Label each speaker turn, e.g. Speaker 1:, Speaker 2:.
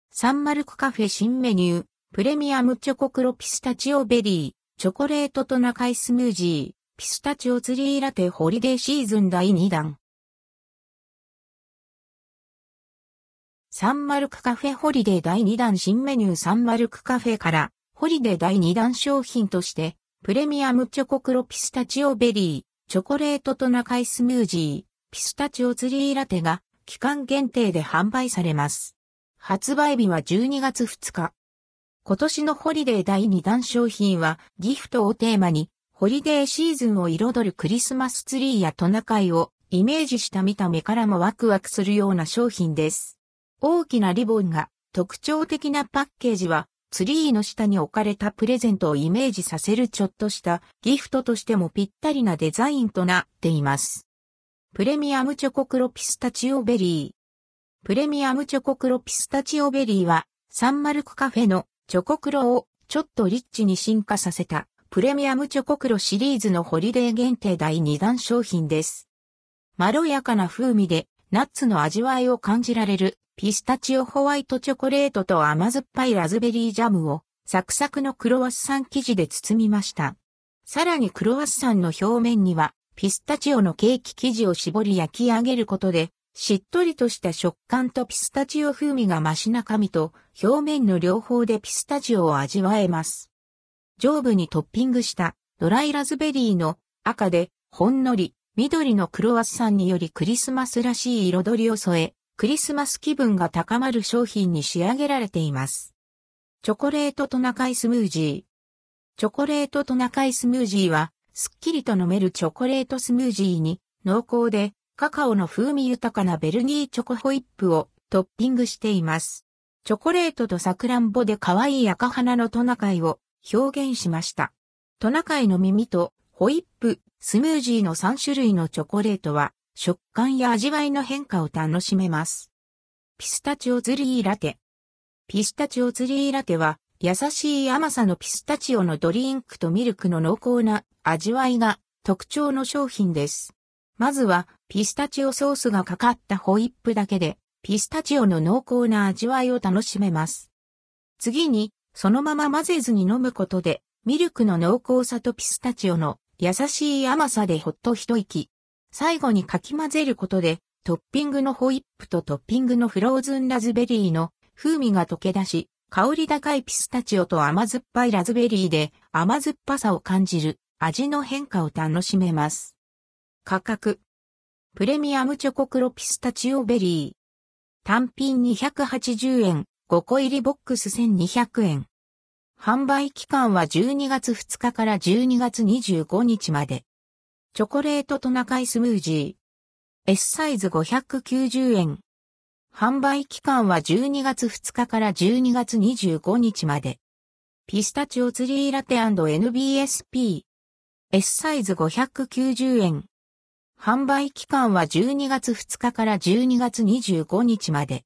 Speaker 1: サンマルクカフェ新メニュー、プレミアムチョコ黒ピスタチオベリー、チョコレートトナカイスムージー、ピスタチオツリーラテホリデーシーズン第2弾。サンマルクカフェホリデー第2弾新メニューサンマルクカフェから、ホリデー第2弾商品として、プレミアムチョコ黒ピスタチオベリー、チョコレートトナカイスムージー、ピスタチオツリーラテが、期間限定で販売されます。発売日は12月2日。今年のホリデー第2弾商品はギフトをテーマにホリデーシーズンを彩るクリスマスツリーやトナカイをイメージした見た目からもワクワクするような商品です。大きなリボンが特徴的なパッケージはツリーの下に置かれたプレゼントをイメージさせるちょっとしたギフトとしてもぴったりなデザインとなっています。プレミアムチョコ黒ピスタチオベリー。プレミアムチョコ黒ピスタチオベリーは、サンマルクカフェのチョコ黒をちょっとリッチに進化させたプレミアムチョコ黒シリーズのホリデー限定第2弾商品です。まろやかな風味でナッツの味わいを感じられるピスタチオホワイトチョコレートと甘酸っぱいラズベリージャムをサクサクのクロワッサン生地で包みました。さらにクロワッサンの表面にはピスタチオのケーキ生地を絞り焼き上げることでしっとりとした食感とピスタチオ風味が増し中身と表面の両方でピスタチオを味わえます。上部にトッピングしたドライラズベリーの赤でほんのり緑のクロワッサンによりクリスマスらしい彩りを添え、クリスマス気分が高まる商品に仕上げられています。チョコレートトナカイスムージー。チョコレートトナカイスムージーはすっきりと飲めるチョコレートスムージーに濃厚でカカオの風味豊かなベルギーチョコホイップをトッピングしています。チョコレートとサクランボで可愛い赤花のトナカイを表現しました。トナカイの耳とホイップ、スムージーの3種類のチョコレートは食感や味わいの変化を楽しめます。ピスタチオツリーラテ。ピスタチオツリーラテは優しい甘さのピスタチオのドリンクとミルクの濃厚な味わいが特徴の商品です。まずはピスタチオソースがかかったホイップだけでピスタチオの濃厚な味わいを楽しめます。次にそのまま混ぜずに飲むことでミルクの濃厚さとピスタチオの優しい甘さでほっと一息。最後にかき混ぜることでトッピングのホイップとトッピングのフローズンラズベリーの風味が溶け出し、香り高いピスタチオと甘酸っぱいラズベリーで甘酸っぱさを感じる味の変化を楽しめます。価格。プレミアムチョコ黒ピスタチオベリー。単品280円、5個入りボックス1200円。販売期間は12月2日から12月25日まで。チョコレートトナカイスムージー。S サイズ590円。販売期間は12月2日から12月25日まで。ピスタチオツリーラテ &NBSP。S サイズ590円。販売期間は12月2日から12月25日まで。